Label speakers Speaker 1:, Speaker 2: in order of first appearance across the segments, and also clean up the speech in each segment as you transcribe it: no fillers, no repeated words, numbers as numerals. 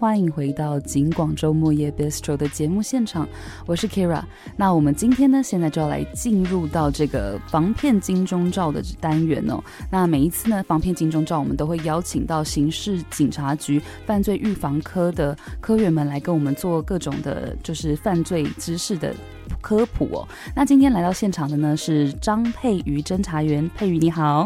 Speaker 1: 欢迎回到景广周末夜 Bistro 的节目现场，我是 Kira。那我们今天呢，现在就要来进入到这个防骗金钟罩的单元哦。那每一次呢，防骗金钟罩我们都会邀请到刑事警察局犯罪预防科的科员们来跟我们做各种的，就是犯罪知识的科普哦。那今天来到现场的呢是张佩瑜侦查员，佩瑜你好。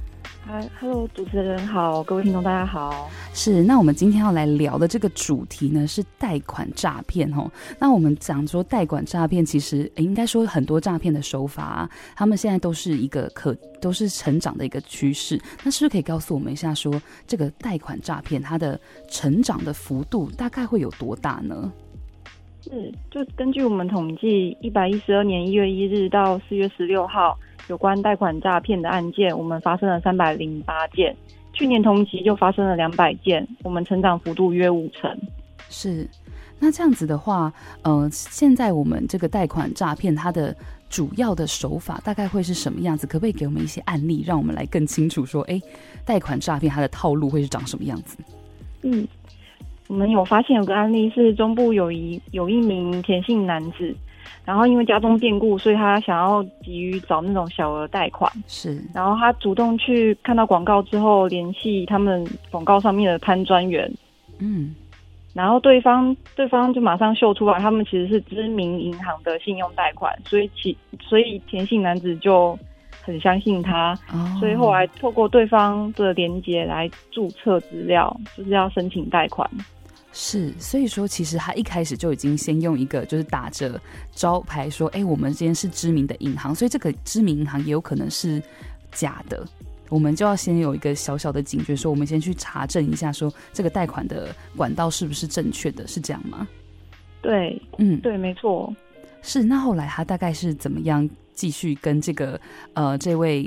Speaker 2: Hello， 主持人好，各位听众大家好。
Speaker 1: 是，那我们今天要来聊的这个主题呢是贷款诈骗哦。那我们讲说贷款诈骗，其实应该说很多诈骗的手法啊，他们现在都是都是成长的一个趋势。那是不是可以告诉我们一下，说这个贷款诈骗它的成长的幅度大概会有多大呢？
Speaker 2: 就根据我们统计，112年1月1日到4月16号。有关贷款诈骗的案件，我们发生了308件，去年同期就发生了200件，我们成长幅度约5成。
Speaker 1: 是，那这样子的话，现在我们这个贷款诈骗它的主要的手法大概会是什么样子？可不可以给我们一些案例，让我们来更清楚说，贷款诈骗它的套路会是长什么样子？
Speaker 2: 我们有发现有个案例是中部有一名田姓男子。然后因为家中变故，所以他想要急于找那种小额贷款。
Speaker 1: 是，
Speaker 2: 然后他主动去看到广告之后，联系他们广告上面的摊专员。然后对方就马上秀出来，他们其实是知名银行的信用贷款，所以田姓男子就很相信他，所以后来透过对方的连结来注册资料，就是要申请贷款。
Speaker 1: 是，所以说其实他一开始就已经先用一个就是打着招牌说我们今天是知名的银行，所以这个知名银行也有可能是假的，我们就要先有一个小小的警觉，说我们先去查证一下说这个贷款的管道是不是正确的，是这样吗？
Speaker 2: 对，对，没错。
Speaker 1: 是，那后来他大概是怎么样继续跟这位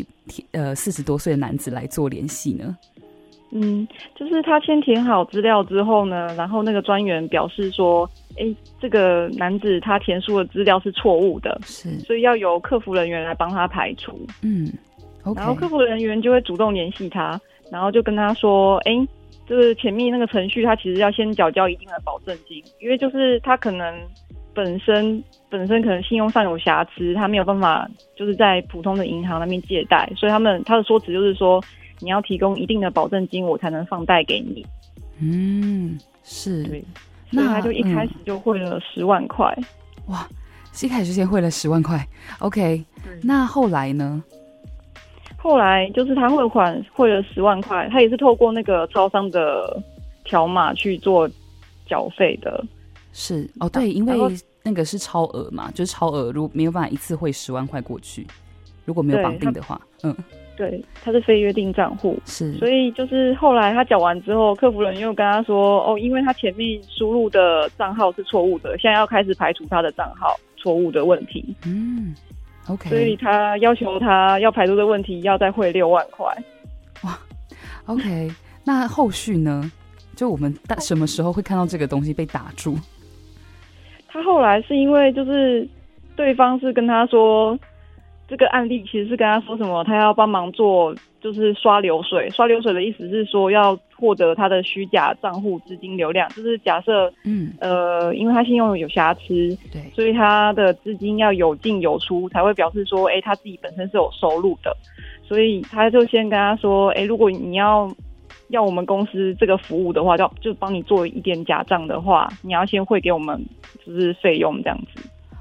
Speaker 1: 40多岁的男子来做联系呢？
Speaker 2: 就是他先填好资料之后呢，然后那个专员表示说，这个男子他填述的资料是错误的，
Speaker 1: 是，
Speaker 2: 所以要由客服人员来帮他排除。
Speaker 1: okay.
Speaker 2: 然后客服人员就会主动联系他，然后就跟他说，就是前面那个程序他其实要先缴交一定的保证金，因为就是他可能本身可能信用上有瑕疵，他没有办法就是在普通的银行那边借贷，所以他的说辞就是说，你要提供一定的保证金，我才能放贷给你。
Speaker 1: 是，
Speaker 2: 对，所以他就一开始就汇了10万块。
Speaker 1: 哇，一开始就先汇了10万块。OK， 那后来呢？
Speaker 2: 后来就是他汇了10万块，他也是透过那个超商的条码去做缴费的。
Speaker 1: 是对，因为那个是超额嘛，就是超额，如果没有办法一次汇10万块过去，如果没有绑定的话，
Speaker 2: 对，他是非约定账户，
Speaker 1: 是，
Speaker 2: 所以就是后来他缴完之后，客服人员又跟他说，因为他前面输入的账号是错误的，现在要开始排除他的账号错误的问题。
Speaker 1: OK，
Speaker 2: 所以他要求他要排除的问题要再汇6万块。
Speaker 1: 哇 ，OK， 那后续呢？就我们什么时候会看到这个东西被打住？
Speaker 2: 他后来是因为就是对方是跟他说。这个案例其实是跟他说什么，他要帮忙做就是刷流水的意思是说要获得他的虚假账户资金流量，就是假设因为他信用有瑕疵，
Speaker 1: 对，
Speaker 2: 所以他的资金要有进有出才会表示说他自己本身是有收入的，所以他就先跟他说如果你要我们公司这个服务的话，就帮你做一点假账的话，你要先汇给我们就是费用这样子。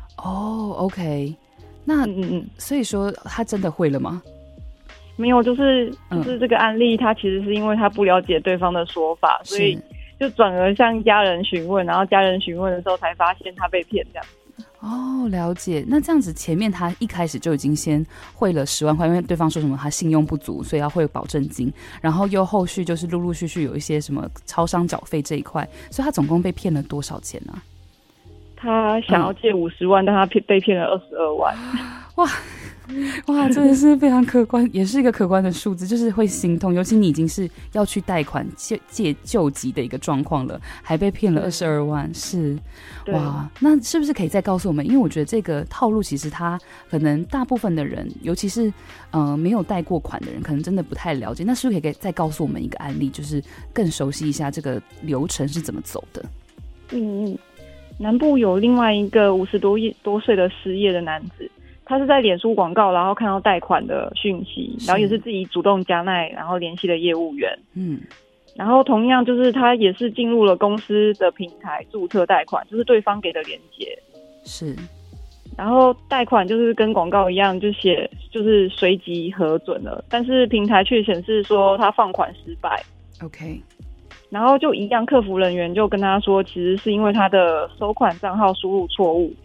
Speaker 1: OK，那所以说他真的会了吗？
Speaker 2: 没有，就是这个案例，他其实是因为他不了解对方的说法，所以就转而向家人询问，然后家人询问的时候才发现他被骗这样子。
Speaker 1: 了解。那这样子前面他一开始就已经先汇了10万块，因为对方说什么他信用不足，所以要汇保证金，然后又后续就是陆陆续续有一些什么超商缴费这一块，所以他总共被骗了多少钱呢？
Speaker 2: 他想要借50万，但他被骗了22万。
Speaker 1: 哇，真的是非常可观，也是一个可观的数字，就是会心痛。尤其你已经是要去贷款借救急的一个状况了，还被骗了22万，是哇。那是不是可以再告诉我们？因为我觉得这个套路其实他可能大部分的人，尤其是没有贷过款的人，可能真的不太了解。那是不是可以再告诉我们一个案例，就是更熟悉一下这个流程是怎么走的？
Speaker 2: 南部有另外一个50多岁的失业的男子。他是在脸书广告，然后看到贷款的讯息，然后也是自己主动加赖，然后联系了业务员。然后同样就是他也是进入了公司的平台注册贷款，就是对方给的连结。
Speaker 1: 是。
Speaker 2: 然后贷款就是跟广告一样，就是随即核准了，但是平台却显示说他放款失败。
Speaker 1: OK。
Speaker 2: 然后就一样，客服人员就跟他说，其实是因为他的收款账号输入错误。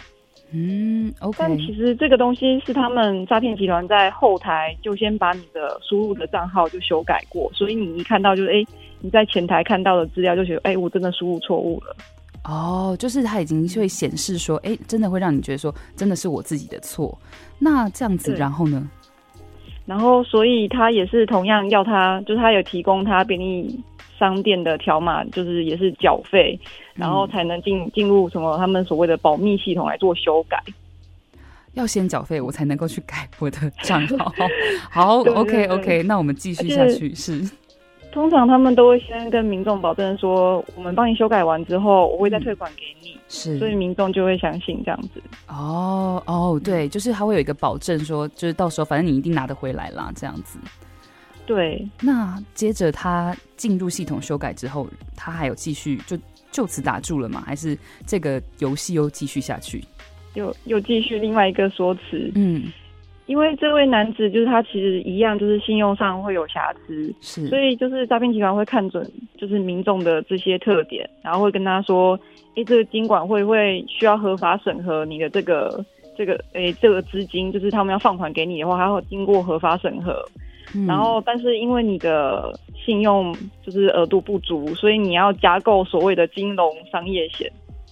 Speaker 1: OK。
Speaker 2: 但其实这个东西是他们诈骗集团在后台就先把你的输入的账号就修改过，所以你一看到就是你在前台看到的资料就觉得我真的输入错误了。
Speaker 1: 就是它已经会显示说真的会让你觉得说真的是我自己的错。那这样子然后呢？
Speaker 2: 然后所以他也是同样要他，就是他有提供他便利商店的条码，就是也是缴费，然后才能进入什么他们所谓的保密系统来做修改。
Speaker 1: 要先缴费我才能够去改我的账号。好，OK， 那我们继续下去。是，
Speaker 2: 通常他们都会先跟民众保证说，我们帮你修改完之后，我会再退款给你。
Speaker 1: 是，
Speaker 2: 所以民众就会相信这样子。
Speaker 1: 对，就是他会有一个保证说，就是到时候反正你一定拿得回来啦，这样子。
Speaker 2: 对。
Speaker 1: 那接着他进入系统修改之后，他还有继续就此打住了吗？还是这个游戏又继续下去？
Speaker 2: 又继续另外一个说辞。因为这位男子就是他其实一样，就是信用上会有瑕疵，
Speaker 1: 是，
Speaker 2: 所以就是诈骗集团会看准就是民众的这些特点，然后会跟他说，这个金管会需要合法审核你的这个资金，就是他们要放款给你的话，他会经过合法审核。然后但是因为你的信用就是额度不足，所以你要加购所谓的金融商业险。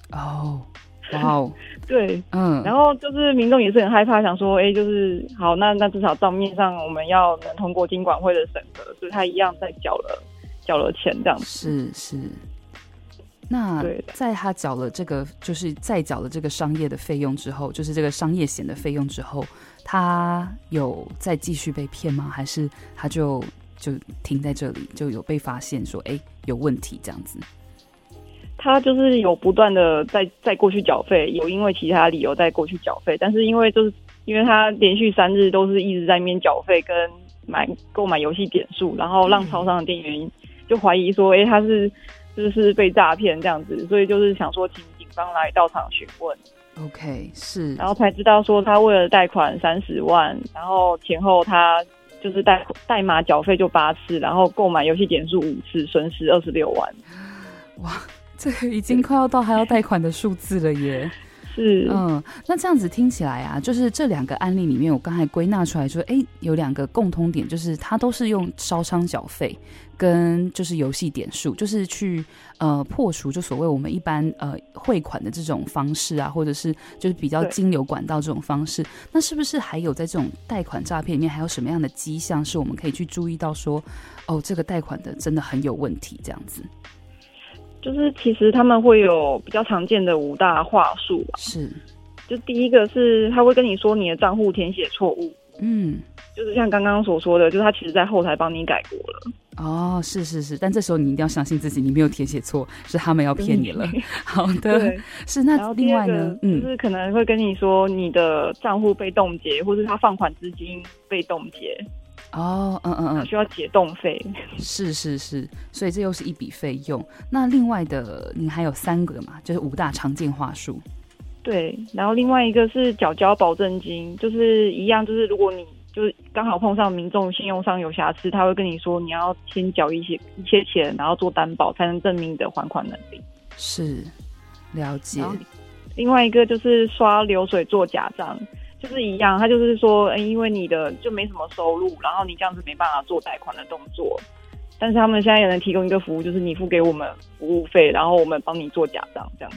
Speaker 2: 对，然后就是民众也是很害怕，想说，就是好，那至少账面上我们要能通过金管会的审核，所以他一样再缴了钱这样子。
Speaker 1: 是。那在他缴了这个，就是再缴了这个商业的费用之后，就是这个商业险的费用之后，他有再继续被骗吗？还是他就停在这里，就有被发现说，有问题这样子？
Speaker 2: 他就是有不断的再过去缴费，有因为其他理由再过去缴费，但是因为他连续3日都是一直在那边缴费跟购买游戏点数，然后让超商的店员就怀疑说，他是就是被诈骗这样子，所以就是想说请警方来到场询问。
Speaker 1: OK， 是，
Speaker 2: 然后才知道说他为了贷款30万，然后前后他就是代码缴费就8次，然后购买游戏点数5次，损失26万。
Speaker 1: 哇！这个已经快要到还要贷款的数字了耶。
Speaker 2: 是，
Speaker 1: 那这样子听起来啊，就是这2个案例里面，我刚才归纳出来说，有2个共通点，就是它都是用烧伤缴费跟就是游戏点数，就是去破除就所谓我们一般汇款的这种方式啊，或者是就是比较金流管道这种方式。那是不是还有在这种贷款诈骗里面，还有什么样的迹象是我们可以去注意到说，这个贷款的真的很有问题这样子？
Speaker 2: 就是其实他们会有比较常见的5大话术吧。
Speaker 1: 是，
Speaker 2: 就第一个是他会跟你说你的账户填写错误，就是像刚刚所说的，就是他其实在后台帮你改过了。
Speaker 1: 是，但这时候你一定要相信自己，你没有填写错，是他们要骗你了。好的，是。那另外呢，
Speaker 2: 就是可能会跟你说你的账户被冻结，或是他放款资金被冻结。需要解冻费。
Speaker 1: 是，所以这又是一笔费用。那另外的你还有3个嘛，就是5大常见话术。
Speaker 2: 对，然后另外一个是缴交保证金，就是一样，就是如果你就是刚好碰上民众信用上有瑕疵，他会跟你说你要先缴一些钱，然后做担保才能证明你的还款能力。
Speaker 1: 是，了解。
Speaker 2: 另外一个就是刷流水做假账。就是一样，他就是说，因为你的就没什么收入，然后你这样子没办法做贷款的动作。但是他们现在也能提供一个服务，就是你付给我们服务费，然后我们帮你做假账这样。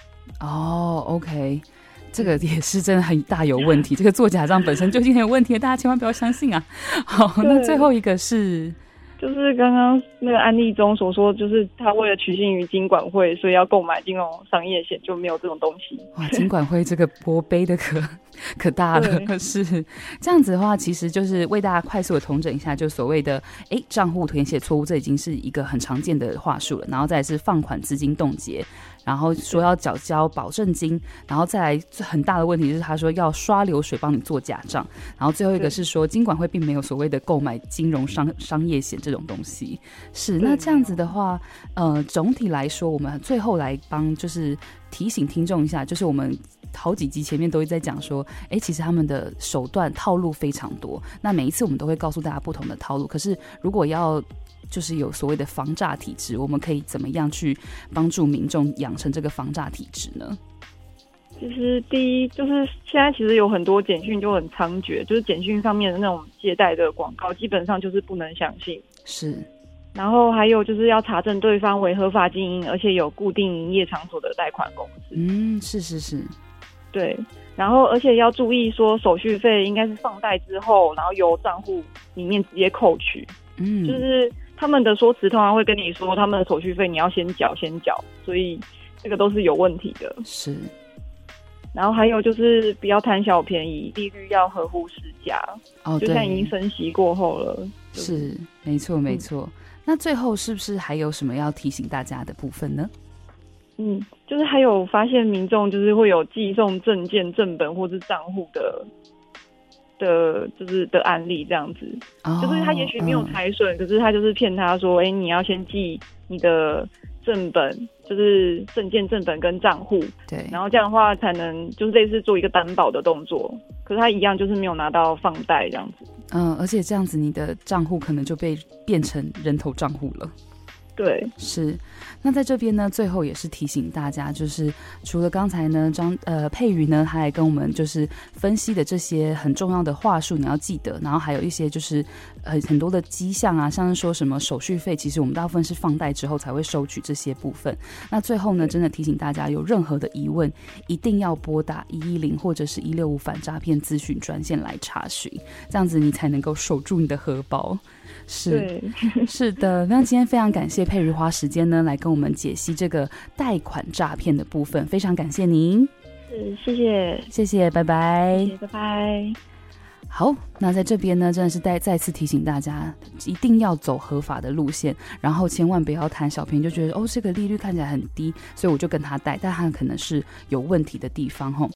Speaker 1: 哦，OK，这个也是真的很大有问题。这个做假账本身就已经很有问题了，大家千万不要相信啊。好，那最后一个是，
Speaker 2: 就是刚刚那个案例中所说，就是他为了取信于金管会，所以要购买金融商业险，就没有这种东西。
Speaker 1: 哇，金管会这个波背的可大了。是这样子的话，其实就是为大家快速的统整一下，就所谓的账户填写错误，这已经是一个很常见的话术了。然后再来是放款资金冻结，然后说要缴交保证金，然后再来很大的问题就是他说要刷流水帮你做假账，然后最后一个是说金管会并没有所谓的购买金融商业险这种东西。是，那这样子的话总体来说我们最后来帮就是提醒听众一下，就是我们好几集前面都会在讲说其实他们的手段套路非常多，那每一次我们都会告诉大家不同的套路，可是如果要就是有所谓的防诈体质，我们可以怎么样去帮助民众养成这个防诈体质呢？
Speaker 2: 其实第一就是现在其实有很多简讯就很猖獗，就是简讯上面的那种借贷的广告基本上就是不能相信。
Speaker 1: 是，
Speaker 2: 然后还有就是要查证对方为合法经营而且有固定营业场所的贷款公司。是，对，然后而且要注意说手续费应该是放贷之后然后由账户里面直接扣取。就是他们的说辞通常会跟你说他们的手续费你要先缴，所以这个都是有问题的。
Speaker 1: 是，
Speaker 2: 然后还有就是不要贪小便宜，利率要合乎市价。就像已经分析过后了。
Speaker 1: 是，没错。那最后是不是还有什么要提醒大家的部分呢？
Speaker 2: 就是还有发现民众就是会有寄送证件、正本或是账户就是的案例这样子。就是他也许没有财损，可是他就是骗他说你要先寄你的正本，就是证件正本跟账户，对，然后这样的话才能就是类似做一个担保的动作，可是他一样就是没有拿到放贷这样子。而
Speaker 1: 且这样子你的账户可能就被变成人头账户了。
Speaker 2: 对，
Speaker 1: 是。那在这边呢，最后也是提醒大家，就是除了刚才呢佩瑜呢，他还跟我们就是分析的这些很重要的话术，你要记得，然后还有一些就是很多的迹象啊，像是说什么手续费，其实我们大部分是放贷之后才会收取这些部分。那最后呢，真的提醒大家，有任何的疑问，一定要拨打110或者是165反诈骗咨询专线来查询，这样子你才能够守住你的荷包。是的，那今天非常感谢佩瑜花时间呢来跟我们解析这个贷款诈骗的部分，非常感谢您。谢谢，拜拜。
Speaker 2: 拜拜。
Speaker 1: 好，那在这边呢，真的是再次提醒大家，一定要走合法的路线，然后千万不要贪小便宜，就觉得这个利率看起来很低，所以我就跟他贷，但他可能是有问题的地方吼。